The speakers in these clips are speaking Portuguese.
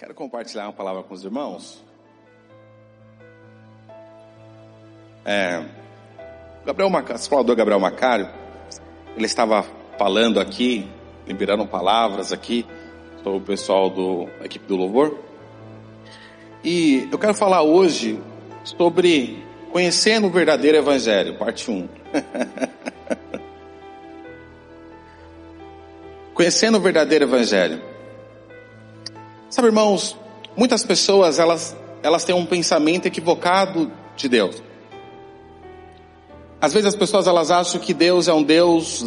Quero compartilhar uma palavra com os irmãos. O explorador Gabriel Macário, ele estava falando aqui, liberando palavras aqui, sobre o pessoal da equipe do louvor. E eu quero falar hoje sobre conhecendo o verdadeiro evangelho, parte 1. Conhecendo o verdadeiro evangelho. Sabe, irmãos, muitas pessoas, elas têm um pensamento equivocado de Deus. Às vezes as pessoas, elas acham que Deus é um Deus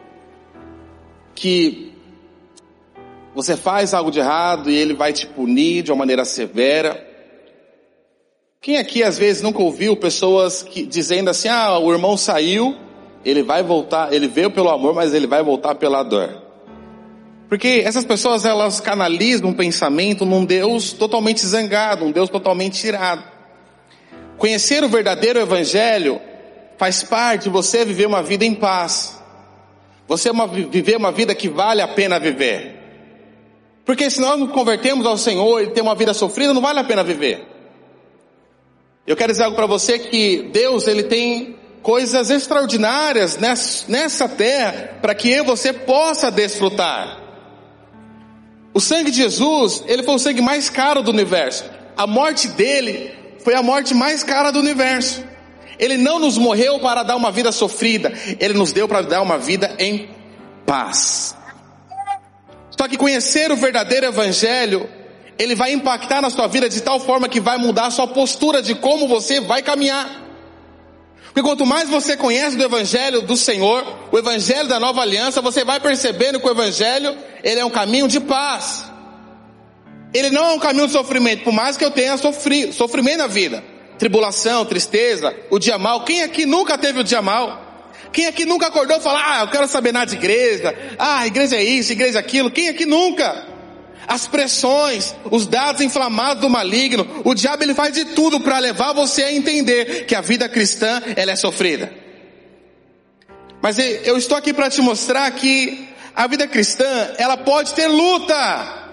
que você faz algo de errado e Ele vai te punir de uma maneira severa. Quem aqui às vezes nunca ouviu pessoas dizendo assim, o irmão saiu, ele vai voltar, ele veio pelo amor, mas ele vai voltar pela dor. Porque essas pessoas, elas canalizam um pensamento num Deus totalmente zangado, um Deus totalmente irado. Conhecer o verdadeiro evangelho faz parte de você viver uma vida em paz. Viver uma vida que vale a pena viver. Porque se nós nos convertemos ao Senhor e temos uma vida sofrida, não vale a pena viver. Eu quero dizer algo para você, que Deus, Ele tem coisas extraordinárias nessa terra para que eu e você possa desfrutar. O sangue de Jesus, ele foi o sangue mais caro do universo. A morte dele foi a morte mais cara do universo. Ele não nos morreu para dar uma vida sofrida, ele nos deu para dar uma vida em paz. Só que conhecer o verdadeiro evangelho, ele vai impactar na sua vida de tal forma que vai mudar a sua postura de como você vai caminhar. Porque quanto mais você conhece do evangelho do Senhor, o evangelho da nova aliança, você vai percebendo que o evangelho, ele é um caminho de paz. Ele não é um caminho de sofrimento, por mais que eu tenha sofrimento na vida. Tribulação, tristeza, o dia mal. Quem aqui nunca teve o dia mal? Quem aqui nunca acordou e falou, eu quero saber nada de igreja. Igreja é isso, igreja é aquilo. Quem aqui nunca? As pressões, os dados inflamados do maligno, o diabo, ele faz de tudo para levar você a entender que a vida cristã, ela é sofrida. Mas eu estou aqui para te mostrar que a vida cristã, ela pode ter luta,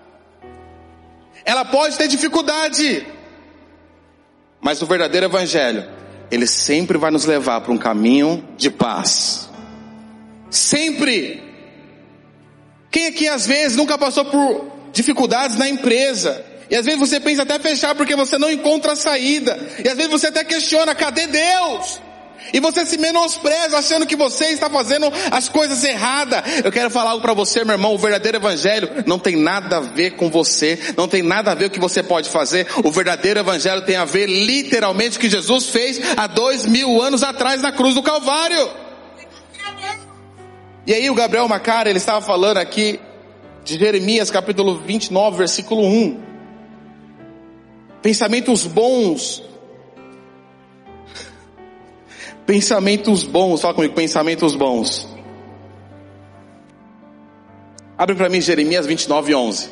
ela pode ter dificuldade, mas o verdadeiro evangelho, ele sempre vai nos levar para um caminho de paz. Sempre. Quem aqui às vezes nunca passou por dificuldades na empresa? E às vezes você pensa até fechar porque você não encontra saída. E às vezes você até questiona, cadê Deus? E você se menospreza achando que você está fazendo as coisas erradas. Eu quero falar algo para você, meu irmão. O verdadeiro evangelho não tem nada a ver com você. Não tem nada a ver com o que você pode fazer. O verdadeiro evangelho tem a ver literalmente com o que Jesus fez há 2000 anos atrás na cruz do Calvário. E aí o Gabriel Macário, ele estava falando aqui de Jeremias capítulo 29, versículo 1. Pensamentos bons. Pensamentos bons, fala comigo, pensamentos bons. Abre para mim Jeremias 29, 11.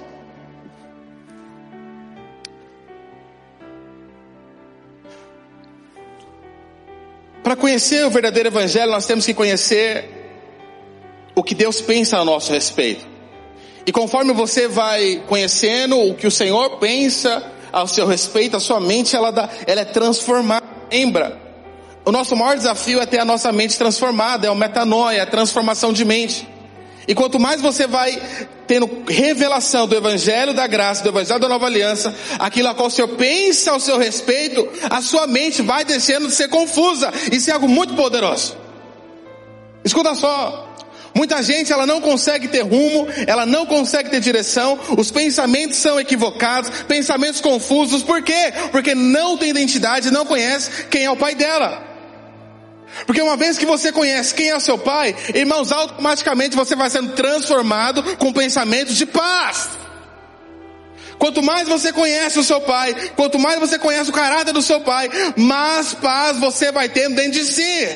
Para conhecer o verdadeiro evangelho, nós temos que conhecer o que Deus pensa a nosso respeito. E conforme você vai conhecendo o que o Senhor pensa ao seu respeito, a sua mente ela é transformada. Lembra? O nosso maior desafio é ter a nossa mente transformada, é o metanoia, é a transformação de mente. E quanto mais você vai tendo revelação do evangelho da graça, do evangelho da nova aliança, aquilo a qual o Senhor pensa ao seu respeito, a sua mente vai deixando de ser confusa. Isso é algo muito poderoso. Escuta só. Muita gente, ela não consegue ter rumo, ela não consegue ter direção, os pensamentos são equivocados, pensamentos confusos. Por quê? Porque não tem identidade, não conhece quem é o pai dela. Porque uma vez que você conhece quem é o seu pai, irmãos, automaticamente você vai sendo transformado com pensamentos de paz. Quanto mais você conhece o seu pai, quanto mais você conhece o caráter do seu pai, mais paz você vai tendo dentro de si.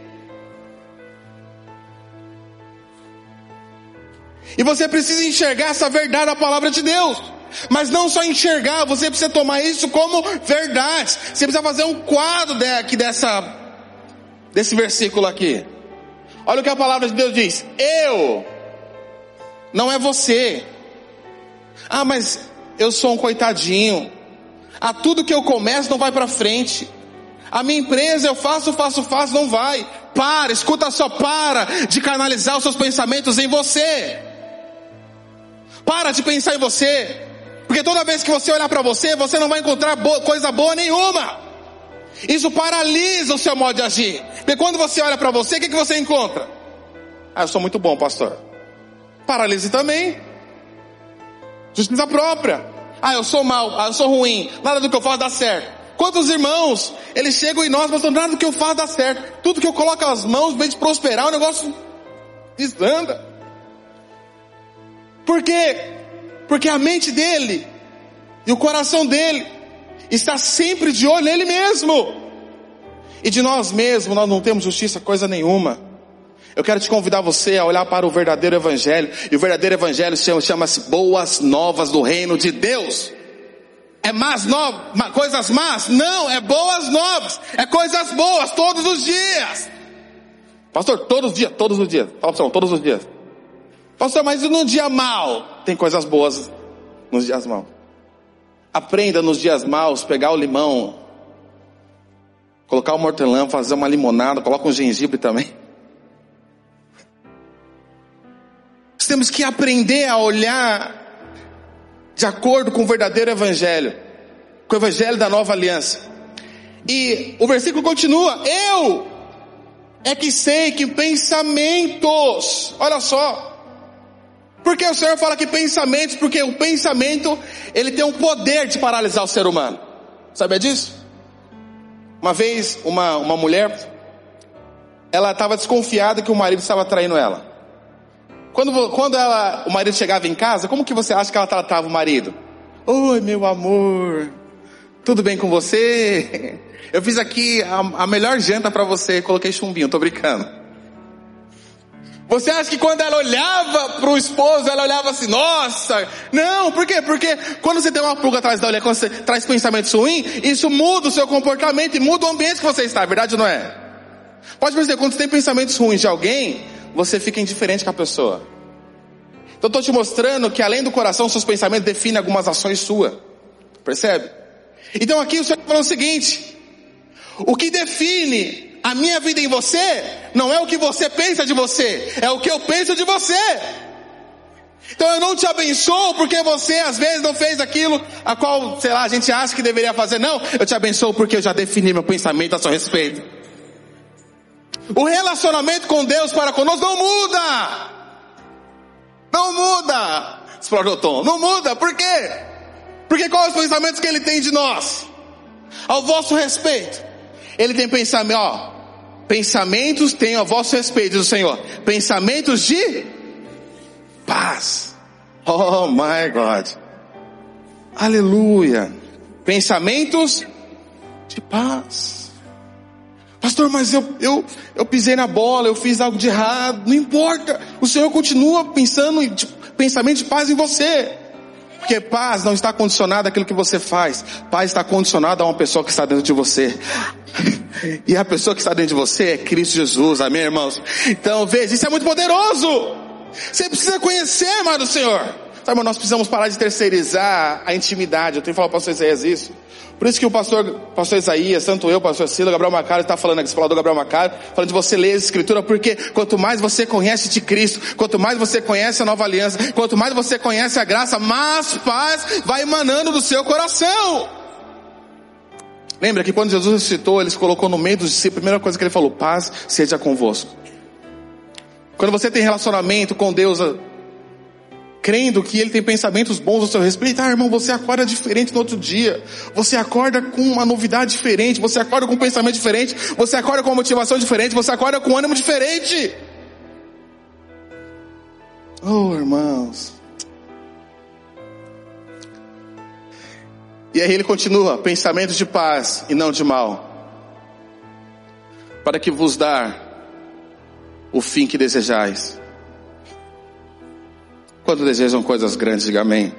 E você precisa enxergar essa verdade da palavra de Deus. Mas não só enxergar, você precisa tomar isso como verdade. Você precisa fazer um quadro desse versículo aqui. Olha o que a palavra de Deus diz. Eu, não é você. Mas eu sou um coitadinho. A tudo que eu começo não vai para frente. A minha empresa eu faço, não vai. Escuta só, para de canalizar os seus pensamentos em você. Para de pensar em você. Porque toda vez que você olhar para você, você não vai encontrar coisa boa nenhuma. Isso paralisa o seu modo de agir. Porque quando você olha para você, o que você encontra? Eu sou muito bom, pastor. Paralise também. Justiça própria. Eu sou mau, eu sou ruim. Nada do que eu faço dá certo. Quantos irmãos, eles chegam em nós, mas nada do que eu faço dá certo. Tudo que eu coloco as mãos, em vez de prosperar, o negócio desanda. Por quê? Porque a mente dele e o coração dele está sempre de olho nele mesmo. E de nós mesmos nós não temos justiça coisa nenhuma. Eu quero te convidar você a olhar para o verdadeiro evangelho. E o verdadeiro evangelho chama-se boas novas do reino de Deus. É coisas más? Não, é boas novas. É coisas boas todos os dias. Pastor, todos os dias. Fala para todos os dias. Pastor, mas e num dia mau? Tem coisas boas nos dias maus. Aprenda nos dias maus, pegar o limão, colocar o hortelã, fazer uma limonada, coloca um gengibre também. Nós temos que aprender a olhar de acordo com o verdadeiro evangelho, com o evangelho da nova aliança. E o versículo continua: eu é que sei que pensamentos, olha só, porque o Senhor fala que pensamentos, porque o pensamento, ele tem um poder de paralisar o ser humano. Sabia disso? Uma vez, uma mulher, ela estava desconfiada que o marido estava traindo ela. Quando o marido chegava em casa, como que você acha que ela tratava o marido? Oi, meu amor, tudo bem com você? Eu fiz aqui a melhor janta para você, coloquei chumbinho, tô brincando. Você acha que quando ela olhava para o esposo, ela olhava assim, nossa, não, por quê? Porque quando você tem uma pulga atrás da orelha, quando você traz pensamentos ruins, isso muda o seu comportamento e muda o ambiente que você está, verdade ou não é? Pode perceber, quando você tem pensamentos ruins de alguém, você fica indiferente com a pessoa. Então eu estou te mostrando que além do coração, seus pensamentos definem algumas ações suas. Percebe? Então aqui o Senhor falou o seguinte: o que define a minha vida em você não é o que você pensa de você, é o que eu penso de você. Então eu não te abençoo porque você às vezes não fez aquilo a qual, a gente acha que deveria fazer. Não, eu te abençoo porque eu já defini meu pensamento a seu respeito. O relacionamento com Deus para conosco não muda. Não muda. Explodiu o tom. Não muda. Por quê? Porque quais os pensamentos que Ele tem de nós? Ao vosso respeito. Ele tem pensamento, pensamentos tem ao vosso respeito, diz o Senhor. Pensamentos de paz. Oh my God. Aleluia. Pensamentos de paz. Pastor, mas eu pisei na bola, eu fiz algo de errado. Não importa. O Senhor continua pensando em pensamento de paz em você. Porque paz não está condicionada àquilo que você faz. Paz está condicionada a uma pessoa que está dentro de você. E a pessoa que está dentro de você é Cristo Jesus. Amém, irmãos? Então veja, isso é muito poderoso. Você precisa conhecer, amado Senhor. Sabe, irmão, nós precisamos parar de terceirizar a intimidade. Eu tenho que falar para o pastor Isaías isso. Por isso que o pastor Isaías, tanto eu, pastor Sila, Gabriel Macário, está falando aqui, esse falador Gabriel Macário, falando de você ler a Escritura, porque quanto mais você conhece de Cristo, quanto mais você conhece a nova aliança, quanto mais você conhece a graça, mais paz vai emanando do seu coração. Lembra que quando Jesus ressuscitou, Ele se colocou no meio dos discípulos, a primeira coisa que Ele falou: paz seja convosco. Quando você tem relacionamento com Deus, crendo que Ele tem pensamentos bons ao seu respeito, irmão, você acorda diferente no outro dia, você acorda com uma novidade diferente, você acorda com um pensamento diferente, você acorda com uma motivação diferente, você acorda com um ânimo diferente. Oh, irmãos. E aí ele continua: pensamentos de paz e não de mal, para que vos dar o fim que desejais. Quando desejam coisas grandes, diga amém.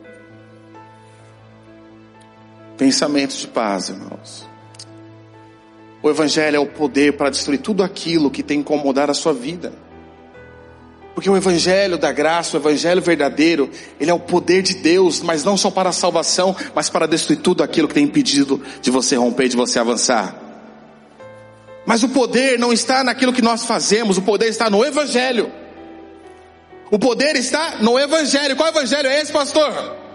Pensamentos de paz, irmãos. O Evangelho é o poder para destruir tudo aquilo que tem incomodado a sua vida. Porque o evangelho da graça, o evangelho verdadeiro, ele é o poder de Deus, mas não só para a salvação, mas para destruir tudo aquilo que tem impedido de você romper, de você avançar. Mas o poder não está naquilo que nós fazemos, o poder está no evangelho. O poder está no evangelho. Qual evangelho é esse, pastor?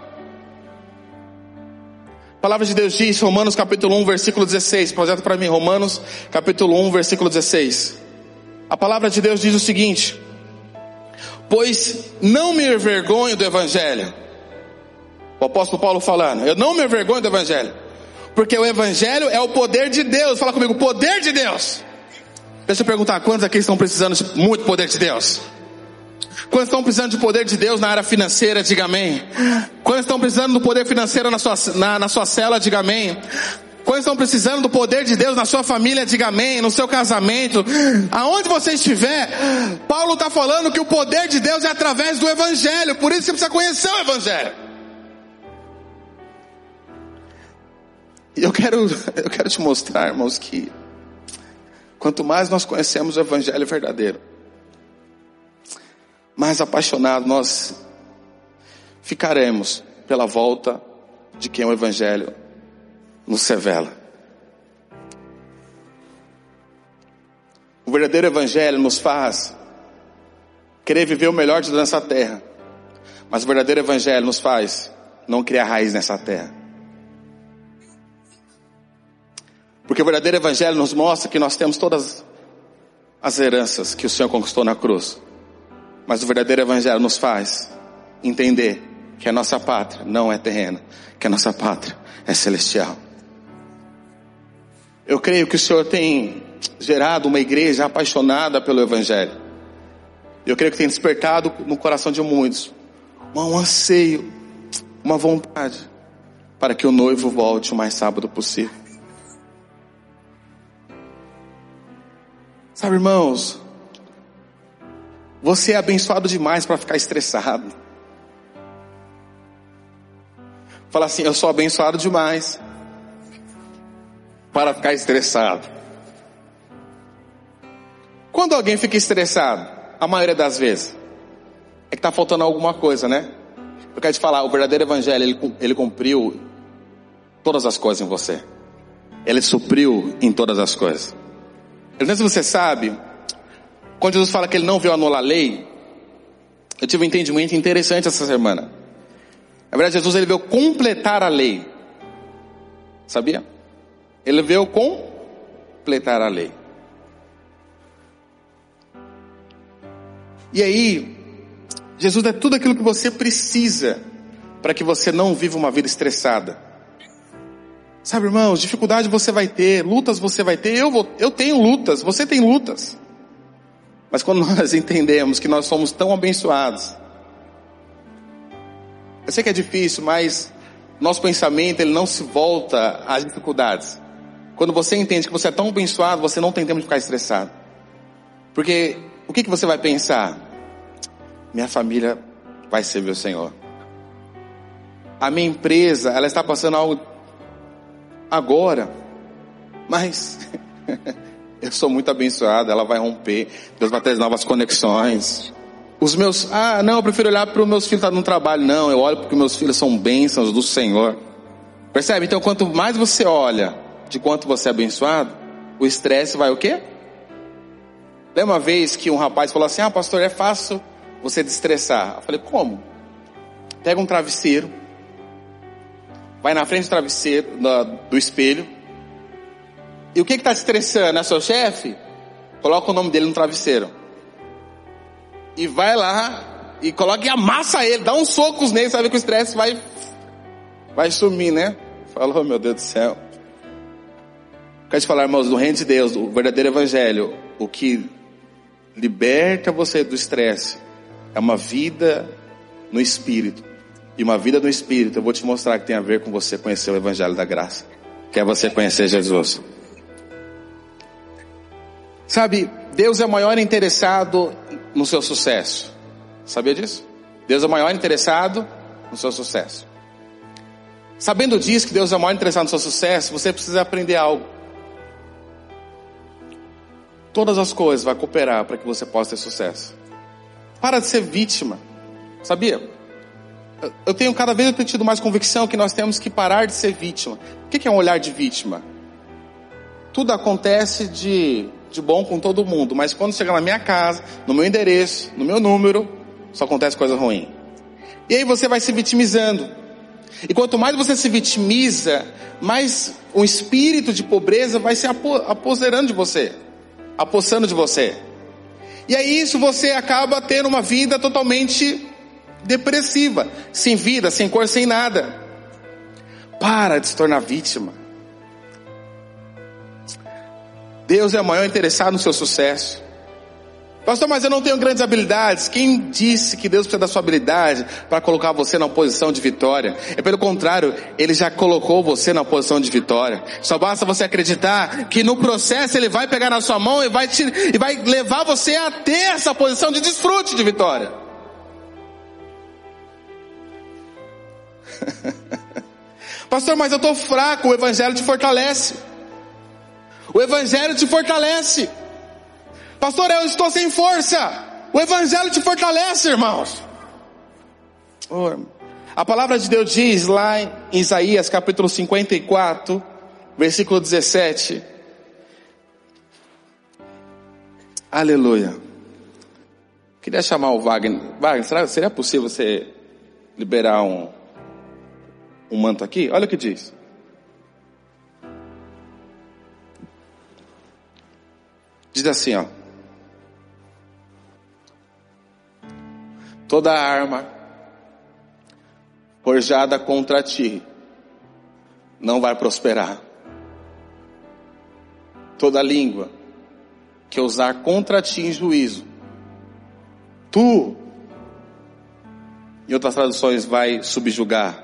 A palavra de Deus diz, Romanos capítulo 1, versículo 16, projeta para mim, Romanos capítulo 1, versículo 16. A palavra de Deus diz o seguinte: pois não me envergonho do evangelho. O apóstolo Paulo falando, eu não me envergonho do evangelho, porque o evangelho é o poder de Deus. Fala comigo, poder de Deus. Deixa eu perguntar, quantos aqui estão precisando de muito poder de Deus? Quantos estão precisando de poder de Deus na área financeira? Diga amém. Quantos estão precisando do poder financeiro na sua célula? Diga amém. Quantos estão precisando do poder de Deus na sua família? Diga amém. No seu casamento, aonde você estiver, Paulo está falando que o poder de Deus é através do evangelho. Por isso você precisa conhecer o evangelho. E eu quero te mostrar, irmãos, que quanto mais nós conhecemos o evangelho verdadeiro, mais apaixonados nós ficaremos pela volta de quem o evangelho nos revela. O verdadeiro evangelho nos faz querer viver o melhor de Deus nessa terra, mas o verdadeiro evangelho nos faz não criar raiz nessa terra. Porque o verdadeiro evangelho nos mostra que nós temos todas as heranças que o Senhor conquistou na cruz. Mas o verdadeiro evangelho nos faz entender que a nossa pátria não é terrena, que a nossa pátria é celestial. Eu creio que o Senhor tem gerado uma igreja apaixonada pelo evangelho. Eu creio que tem despertado no coração de muitos um anseio, uma vontade para que o noivo volte o mais rápido possível. Sabe, irmãos, você é abençoado demais para ficar estressado. Fala assim, eu sou abençoado demais para ficar estressado. Quando alguém fica estressado, a maioria das vezes, é que está faltando alguma coisa, né? Eu quero te falar, o verdadeiro evangelho, ele cumpriu todas as coisas em você. Ele supriu em todas as coisas. Eu não sei se você sabe, quando Jesus fala que ele não veio anular a lei, eu tive um entendimento interessante essa semana. Na verdade, Jesus ele veio completar a lei. Sabia? Ele veio completar a lei. E aí, Jesus é tudo aquilo que você precisa para que você não viva uma vida estressada. Sabe, irmãos, dificuldade você vai ter, lutas você vai ter, eu tenho lutas, você tem lutas. Mas quando nós entendemos que nós somos tão abençoados, eu sei que é difícil, mas nosso pensamento ele não se volta às dificuldades. Quando você entende que você é tão abençoado, você não tem tempo de ficar estressado. Porque o que você vai pensar? Minha família vai servir o Senhor. A minha empresa, ela está passando algo agora, mas eu sou muito abençoado, ela vai romper, Deus vai trazer novas conexões. Os meus, não, eu prefiro olhar para os meus filhos estar no trabalho. Não, eu olho porque meus filhos são bênçãos do Senhor. Percebe? Então quanto mais você olha de quanto você é abençoado, o estresse vai o quê? Lembra uma vez que um rapaz falou assim, pastor, é fácil você desestressar. Eu falei, como? Pega um travesseiro, vai na frente do travesseiro, do espelho, e o que está te estressando? É seu chefe? Coloca o nome dele no travesseiro. E vai lá, e coloca e amassa ele, dá uns socos nele, sabe que o estresse vai sumir, né? Falou, meu Deus do céu. Quero te falar, irmãos, do reino de Deus, o verdadeiro evangelho, o que liberta você do estresse, é uma vida no Espírito. E uma vida no Espírito, eu vou te mostrar que tem a ver com você conhecer o evangelho da graça. Que é você conhecer Jesus. Sabe, Deus é o maior interessado no seu sucesso. Sabia disso? Deus é o maior interessado no seu sucesso. Sabendo disso, que Deus é o maior interessado no seu sucesso, você precisa aprender algo. Todas as coisas vão cooperar para que você possa ter sucesso. Para de ser vítima. Sabia? Eu tenho tido mais convicção que nós temos que parar de ser vítima. O que é um olhar de vítima? Tudo acontece de bom com todo mundo, mas quando chega na minha casa, no meu endereço, no meu número, só acontece coisa ruim. E aí você vai se vitimizando. E quanto mais você se vitimiza, mais o espírito de pobreza vai se apoderando de você, apossando de você. E aí isso você acaba tendo uma vida totalmente depressiva, sem vida, sem cor, sem nada. Para de se tornar vítima. Deus é o maior interessado no seu sucesso. Pastor, mas eu não tenho grandes habilidades. Quem disse que Deus precisa da sua habilidade para colocar você na posição de vitória? É pelo contrário, Ele já colocou você na posição de vitória. Só basta você acreditar que no processo Ele vai pegar na sua mão e vai levar você a ter essa posição de desfrute de vitória. Pastor, mas eu estou fraco. O Evangelho te fortalece. O Evangelho te fortalece. Pastor, eu estou sem força. O Evangelho te fortalece, irmãos. A palavra de Deus diz lá em Isaías capítulo 54, versículo 17. Aleluia. Queria chamar o Wagner. Wagner, seria possível você liberar um manto aqui? Olha o que diz. Diz assim, ó. Toda arma forjada contra ti não vai prosperar. Toda língua que usar contra ti em juízo, tu, em outras traduções, vai subjugar.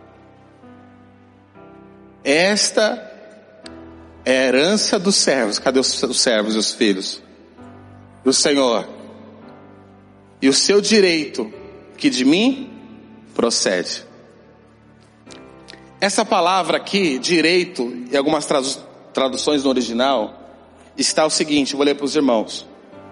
Esta é a herança dos servos. Cadê os servos e os filhos do Senhor? E o seu direito, que de mim procede. Essa palavra aqui, direito, em algumas traduções no original, está o seguinte, vou ler para os irmãos.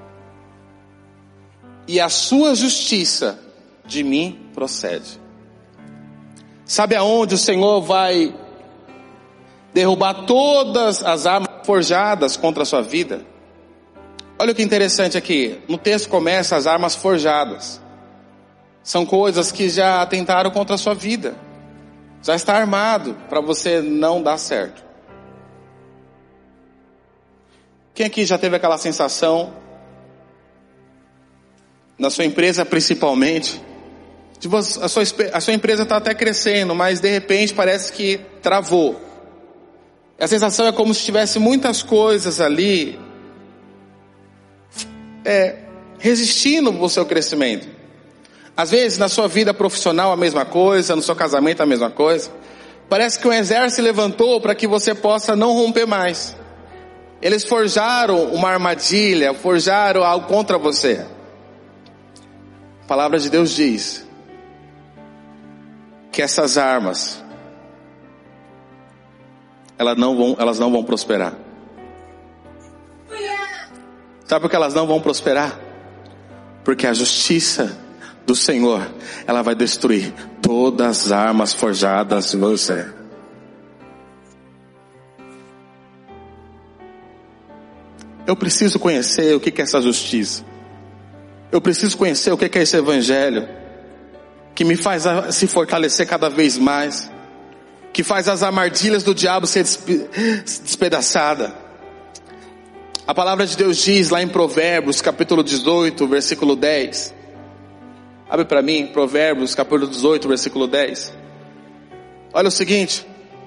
E a sua justiça de mim procede. Sabe aonde o Senhor vai derrubar todas as armas forjadas contra a sua vida? Olha o que interessante aqui. No texto começa as armas forjadas. São coisas que já atentaram contra a sua vida. Já está armado para você não dar certo. Quem aqui já teve aquela sensação, na sua empresa principalmente, de a sua empresa está até crescendo, mas de repente parece que travou. A sensação é como se tivesse muitas coisas ali resistindo ao seu crescimento. Às vezes na sua vida profissional a mesma coisa, no seu casamento a mesma coisa. Parece que um exército se levantou para que você possa não romper mais. Eles forjaram uma armadilha, forjaram algo contra você. A palavra de Deus diz que essas armas, elas não vão prosperar. Sabe por que elas não vão prosperar? Porque a justiça do Senhor, ela vai destruir todas as armas forjadas em você. Eu preciso conhecer o que é essa justiça. Eu preciso conhecer o que é esse evangelho, que me faz se fortalecer cada vez mais, que faz as armadilhas do diabo ser despedaçada. A palavra de Deus diz lá em Provérbios, capítulo 18, versículo 10. Abre para mim, Provérbios, capítulo 18, versículo 10. Olha o seguinte.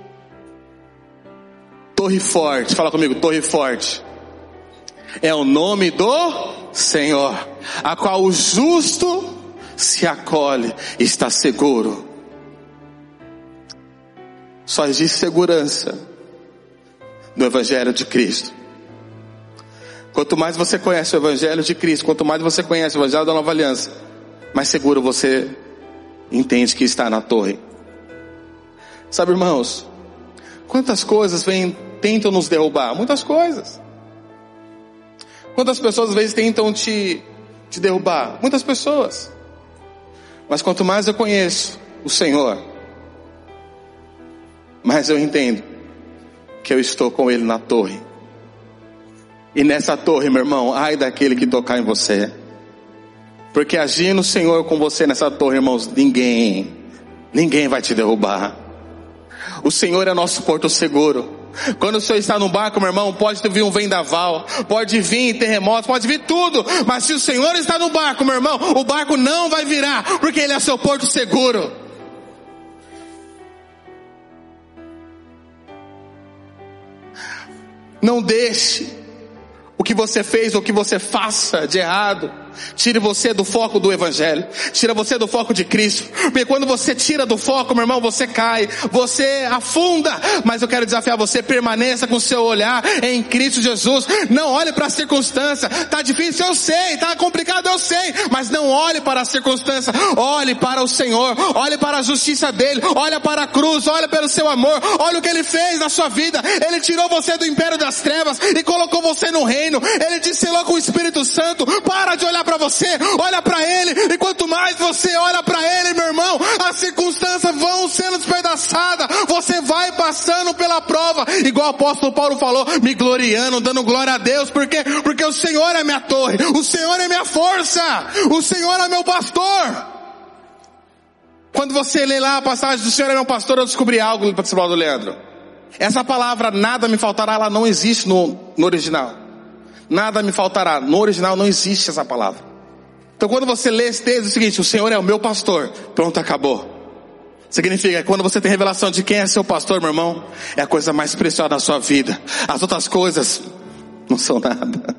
Torre forte, fala comigo, torre forte. É o nome do Senhor, a qual o justo se acolhe e está seguro. Só existe segurança no Evangelho de Cristo. Quanto mais você conhece o Evangelho de Cristo, quanto mais você conhece o Evangelho da Nova Aliança, mais seguro você entende que está na torre. Sabe, irmãos, quantas coisas tentam nos derrubar? Muitas coisas. Quantas pessoas às vezes tentam te te derrubar? Muitas pessoas. Mas quanto mais eu conheço o Senhor, mais eu entendo que eu estou com Ele na torre. E nessa torre, meu irmão, ai daquele que tocar em você. Porque agindo o Senhor com você nessa torre, irmãos, ninguém vai te derrubar. O Senhor é nosso porto seguro. Quando o Senhor está no barco, meu irmão, pode vir um vendaval, pode vir terremoto, pode vir tudo. Mas se o Senhor está no barco, meu irmão, o barco não vai virar, porque Ele é seu porto seguro. Não deixe o que você fez ou o que você faça de errado tire você do foco do Evangelho, tira você do foco de Cristo, porque quando você tira do foco, meu irmão, você cai, você afunda. Mas eu quero desafiar você, permaneça com o seu olhar em Cristo Jesus. Não olhe para a circunstância. Tá difícil, eu sei, tá complicado, eu sei, mas não olhe para a circunstância, olhe para o Senhor, olhe para a justiça dele, olhe para a cruz, olhe pelo seu amor, olhe o que Ele fez na sua vida. Ele tirou você do império das trevas e colocou você no reino. Ele te selou com o Espírito Santo. Para de olhar para você, olha para Ele, e quanto mais você olha para Ele, meu irmão, as circunstâncias vão sendo despedaçadas, você vai passando pela prova, igual o apóstolo Paulo falou, me gloriando, dando glória a Deus, porque o Senhor é minha torre, o Senhor é minha força, o Senhor é meu pastor. Quando você lê lá a passagem do Senhor é meu pastor, eu descobri algo, participar do Leandro. Essa palavra, nada me faltará, ela não existe no original. Nada me faltará. No original não existe essa palavra. Então quando você lê esse texto, é o seguinte: o Senhor é o meu pastor. Pronto, acabou. Significa que quando você tem revelação de quem é seu pastor, meu irmão, é a coisa mais preciosa da sua vida. As outras coisas não são nada.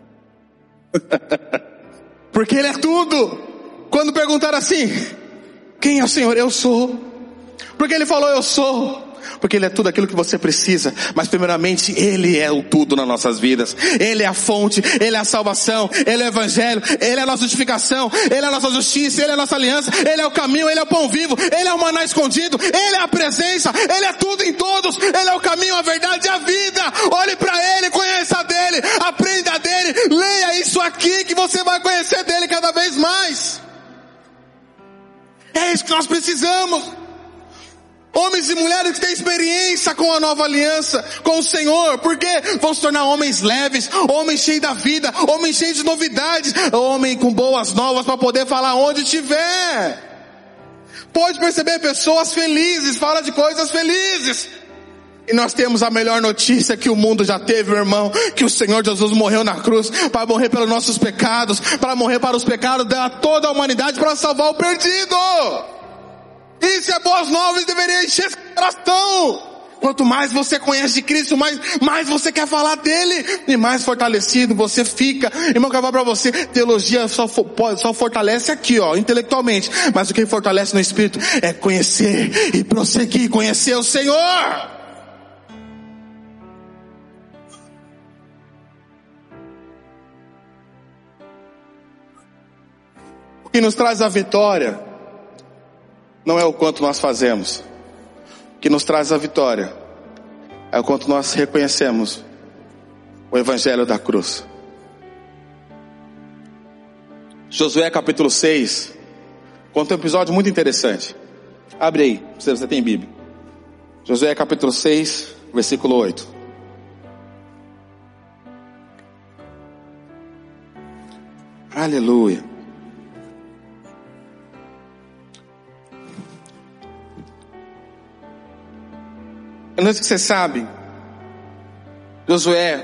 Porque Ele é tudo. Quando perguntaram assim, quem é o Senhor? Eu sou. Porque Ele falou eu sou. Porque Ele é tudo aquilo que você precisa. Mas primeiramente Ele é o tudo nas nossas vidas. Ele é a fonte, Ele é a salvação, Ele é o Evangelho, Ele é a nossa justificação, Ele é a nossa justiça, Ele é a nossa aliança, Ele é o caminho, Ele é o pão vivo, Ele é o maná escondido, Ele é a presença, Ele é tudo em todos, Ele é o caminho, a verdade e a vida. Olhe para Ele, conheça dEle, aprenda dEle, leia isso aqui que você vai conhecer dEle cada vez mais. É isso que nós precisamos. Homens e mulheres que têm experiência com a nova aliança, com o Senhor, porque vão se tornar homens leves, homens cheios da vida, homens cheios de novidades, homem com boas novas para poder falar onde estiver. Pode perceber, pessoas felizes, fala de coisas felizes. E nós temos a melhor notícia que o mundo já teve, meu irmão, que o Senhor Jesus morreu na cruz, para morrer pelos nossos pecados, para morrer para os pecados de toda a humanidade, para salvar o perdido. Isso é boas novas, deveria encher esse coração. Quanto mais você conhece de Cristo, mais você quer falar dele, e mais fortalecido você fica. Irmão, que eu vou pra você, teologia só fortalece aqui, ó, intelectualmente, mas o que fortalece no Espírito é conhecer e prosseguir, conhecer o Senhor. O que nos traz a vitória não é o quanto nós fazemos. O que nos traz a vitória é o quanto nós reconhecemos o Evangelho da cruz. Josué capítulo 6 conta um episódio muito interessante. Abre aí, se você tem Bíblia. Josué capítulo 6, versículo 8. Aleluia. Eu não sei se você sabe, Josué,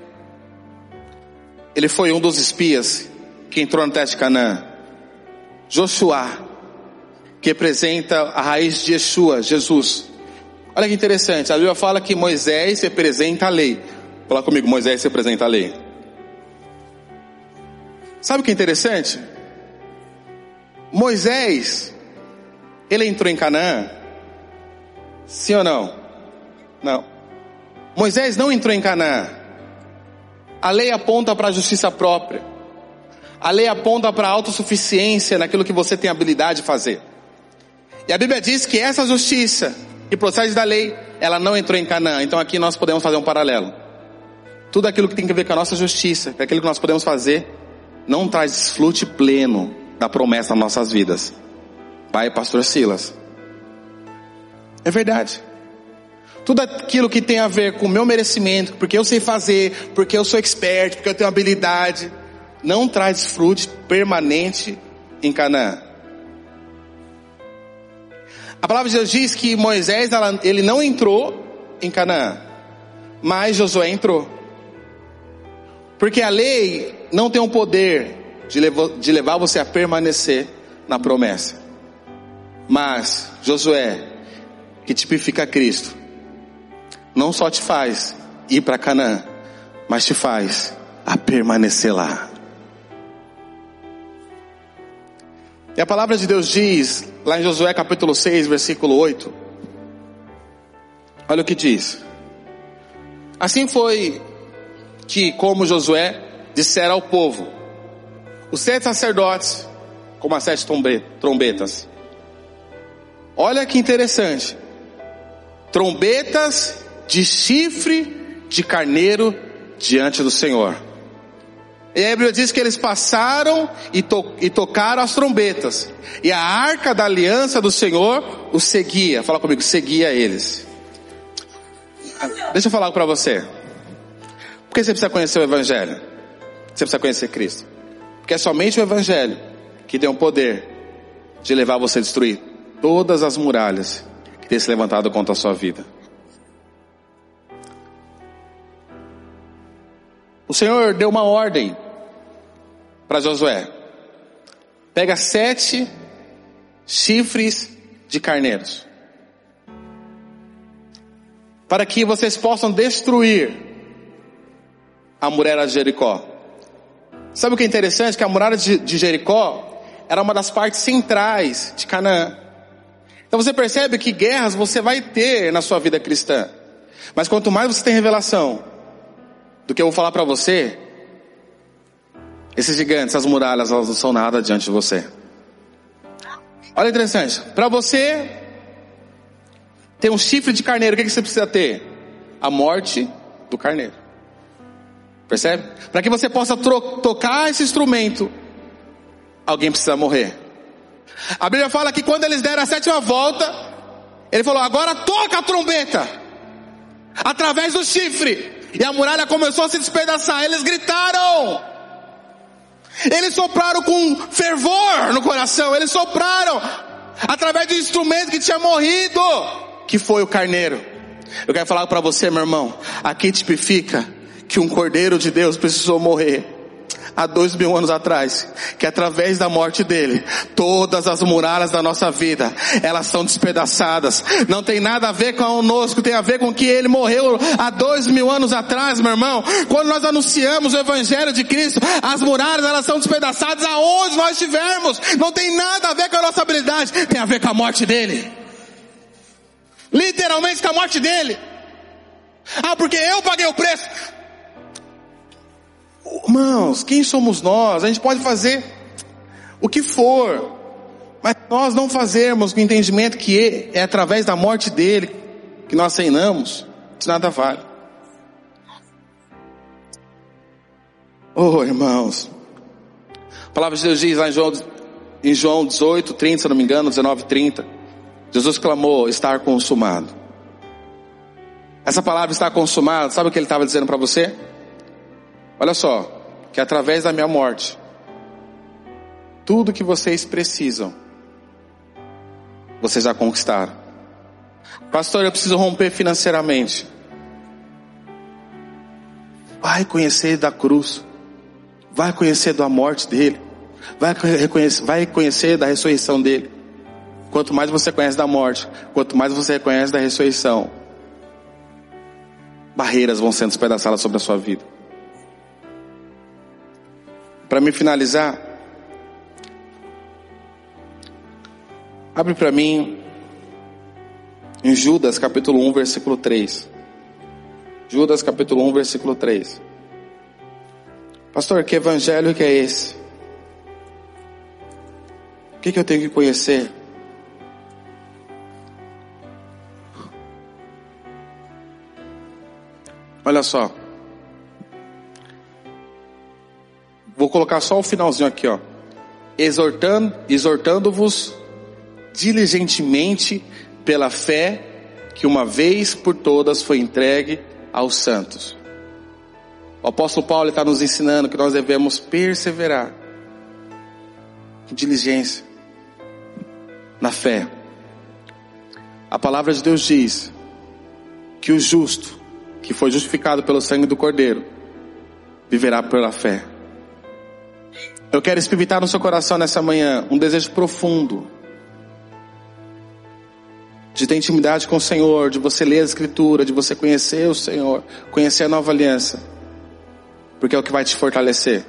ele foi um dos espias que entrou na terra de Canaã. Josuá, que representa a raiz de Yeshua, Jesus. Olha que interessante, a Bíblia fala que Moisés representa a lei. Fala comigo, Moisés representa a lei. Sabe o que é interessante? Moisés, ele entrou em Canaã? Sim ou não? Não. Moisés não entrou em Canaã. A lei aponta para a justiça própria. A lei aponta para a autossuficiência naquilo que você tem habilidade de fazer. E a Bíblia diz que essa justiça que procede da lei, ela não entrou em Canaã. Então aqui nós podemos fazer um paralelo. Tudo aquilo que tem a ver com a nossa justiça, com aquilo que nós podemos fazer, não traz desfrute pleno da promessa nas nossas vidas. Pai, pastor Silas. É verdade. Tudo aquilo que tem a ver com o meu merecimento, porque eu sei fazer, porque eu sou expert, porque eu tenho habilidade, não traz desfrute permanente em Canaã. A palavra de Deus diz que Moisés, ele não entrou em Canaã, mas Josué entrou. Porque a lei não tem o poder de levar você a permanecer na promessa. Mas Josué, que tipifica Cristo, não só te faz ir para Canaã, mas te faz a permanecer lá. E a palavra de Deus diz, lá em Josué capítulo 6, versículo 8, olha o que diz. Assim foi que, como Josué dissera ao povo, os 7 sacerdotes, como as 7 trombetas. Olha que interessante. Trombetas de chifre de carneiro diante do Senhor. E a Bíblia diz que eles passaram e tocaram as trombetas. E a arca da aliança do Senhor os seguia. Fala comigo, seguia eles. Deixa eu falar algo para você. Por que você precisa conhecer o Evangelho? Você precisa conhecer Cristo. Porque é somente o Evangelho que tem o poder de levar você a destruir todas as muralhas que tem se levantado contra a sua vida. O Senhor deu uma ordem para Josué. Pega 7 chifres de carneiros, para que vocês possam destruir a muralha de Jericó. Sabe o que é interessante? Que a muralha de Jericó era uma das partes centrais de Canaã. Então você percebe que guerras você vai ter na sua vida cristã. Mas quanto mais você tem revelação do que eu vou falar para você, esses gigantes, as muralhas, elas não são nada diante de você. Olha interessante, para você ter um chifre de carneiro, o que você precisa ter? A morte do carneiro. Percebe? Para que você possa tocar esse instrumento, alguém precisa morrer. A Bíblia fala que quando eles deram a 7ª volta, ele falou, agora toca a trombeta, através do chifre. E a muralha começou a se despedaçar. Eles gritaram. Eles sopraram com fervor no coração. Eles sopraram através do instrumento que tinha morrido, que foi o carneiro. Eu quero falar para você, meu irmão, aqui tipifica que um cordeiro de Deus precisou morrer há 2000 anos atrás, que através da morte dele, todas as muralhas da nossa vida, elas são despedaçadas. Não tem nada a ver conosco, tem a ver com que ele morreu há 2000 anos atrás, meu irmão. Quando nós anunciamos o Evangelho de Cristo, as muralhas, elas são despedaçadas aonde nós estivermos. Não tem nada a ver com a nossa habilidade, tem a ver com a morte dele. Literalmente com a morte dele. Ah, porque eu paguei o preço. Irmãos, quem somos nós? A gente pode fazer o que for, mas nós não fazermos com o entendimento que é através da morte dele que nós reinamos, de nada vale. Oh, irmãos, a palavra de Deus diz lá em João 18, 30, se eu não me engano, 19, 30, Jesus clamou, estar consumado. Essa palavra estar consumado, sabe o que ele estava dizendo para você? Olha só, que através da minha morte, tudo que vocês precisam, vocês já conquistaram. Pastor, eu preciso romper financeiramente. Vai conhecer da cruz, vai conhecer da morte dele, vai conhecer da ressurreição dele. Quanto mais você conhece da morte, quanto mais você conhece da ressurreição, barreiras vão sendo despedaçadas sobre a sua vida. Para me finalizar, abre para mim em Judas capítulo 1, versículo 3. Judas capítulo 1, versículo 3. Pastor, que evangelho que é esse? O que eu tenho que conhecer? Olha só. Vou Vou colocar só o finalzinho aqui, ó. Exortando-vos diligentemente pela fé que uma vez por todas foi entregue aos santos. O apóstolo Paulo está nos ensinando que nós devemos perseverar com diligência na fé. A palavra de Deus diz que o justo, que foi justificado pelo sangue do Cordeiro, viverá pela fé. Eu quero experimentar no seu coração nessa manhã um desejo profundo de ter intimidade com o Senhor, de você ler a Escritura, de você conhecer o Senhor, conhecer a nova aliança, porque é o que vai te fortalecer.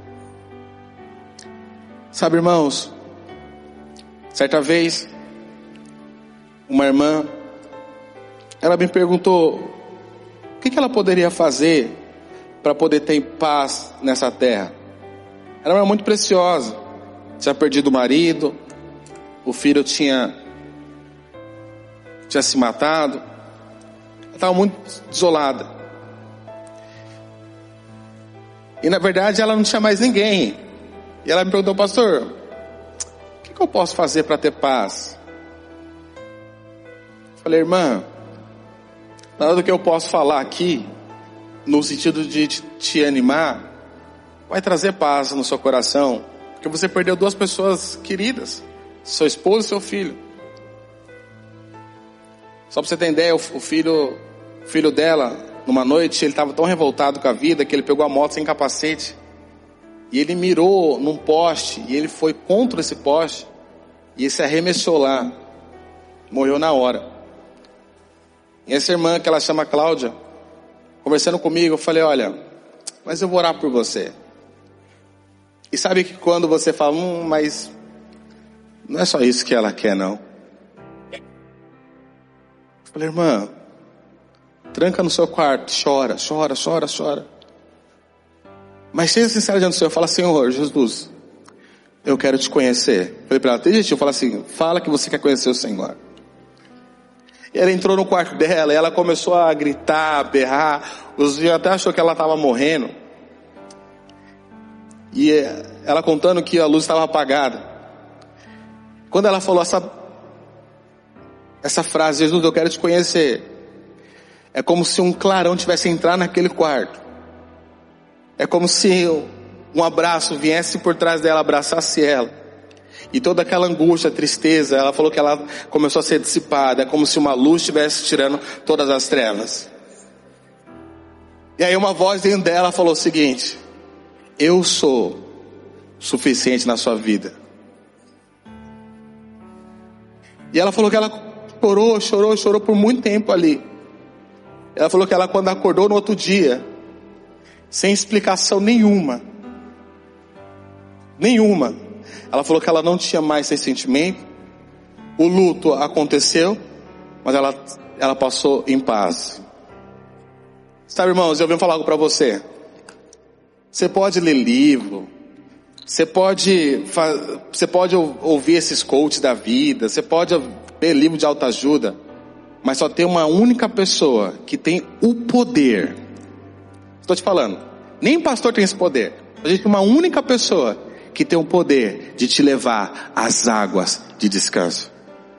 Sabe, irmãos, certa vez uma irmã, ela me perguntou o que ela poderia fazer para poder ter paz nessa terra. Ela era muito preciosa, tinha perdido o marido, o filho tinha se matado, ela estava muito desolada. E na verdade ela não tinha mais ninguém. E ela me perguntou: pastor, o que eu posso fazer para ter paz? Eu falei: irmã, nada do que eu posso falar aqui, no sentido de te animar, vai trazer paz no seu coração, porque você perdeu duas pessoas queridas, seu esposo e seu filho. Só para você ter ideia, o filho dela, numa noite, ele estava tão revoltado com a vida que ele pegou a moto sem capacete e ele mirou num poste e ele foi contra esse poste e ele se arremessou lá, morreu na hora. E essa irmã, que ela chama Cláudia, conversando comigo, eu falei: olha, mas eu vou orar por você. E sabe que quando você fala, mas não é só isso que ela quer, não. Eu falei: irmã, tranca no seu quarto, chora. Mas seja sincero diante do Senhor, fala: Senhor Jesus, eu quero te conhecer. Eu falei para ela: tem gente, eu falo assim, fala que você quer conhecer o Senhor. E ela entrou no quarto dela e ela começou a gritar, a berrar. Os vizinhos até achou que ela estava morrendo. E ela contando que a luz estava apagada. Quando ela falou essa frase, Jesus, eu quero te conhecer, é como se um clarão tivesse entrado naquele quarto. É como se um abraço viesse por trás dela, abraçasse ela. E toda aquela angústia, tristeza, ela falou que ela começou a ser dissipada. É como se uma luz estivesse tirando todas as trevas. E aí uma voz dentro dela falou o seguinte: eu sou suficiente na sua vida. E ela falou que ela chorou por muito tempo ali. Ela falou que ela, quando acordou no outro dia, sem explicação nenhuma, ela falou que ela não tinha mais esse sentimento. O luto aconteceu, mas ela passou em paz. Sabe, irmãos, eu venho falar algo para você. Você pode ler livro, você pode ouvir esses coaches da vida, você pode ler livro de autoajuda, mas só tem uma única pessoa que tem o poder. Estou te falando, nem pastor tem esse poder. A gente tem uma única pessoa que tem o poder de te levar às águas de descanso.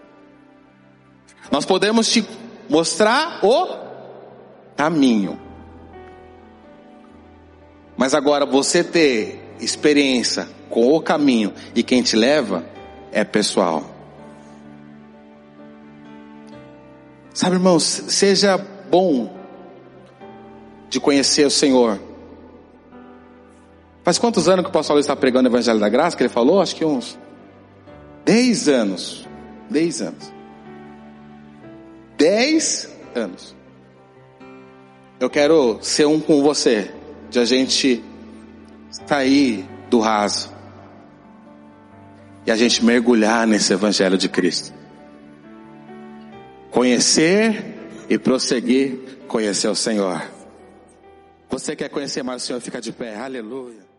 Nós podemos te mostrar o caminho, mas agora você ter experiência com o caminho e quem te leva é pessoal. Sabe, irmãos, seja bom de conhecer o Senhor. Faz quantos anos que o pastor está pregando o Evangelho da Graça, que ele falou? Acho que uns 10 anos. 10 anos. 10 anos. Eu quero ser um com você, de a gente sair do raso e a gente mergulhar nesse Evangelho de Cristo. Conhecer e prosseguir conhecer o Senhor. Você quer conhecer mais o Senhor? Fica de pé. Aleluia.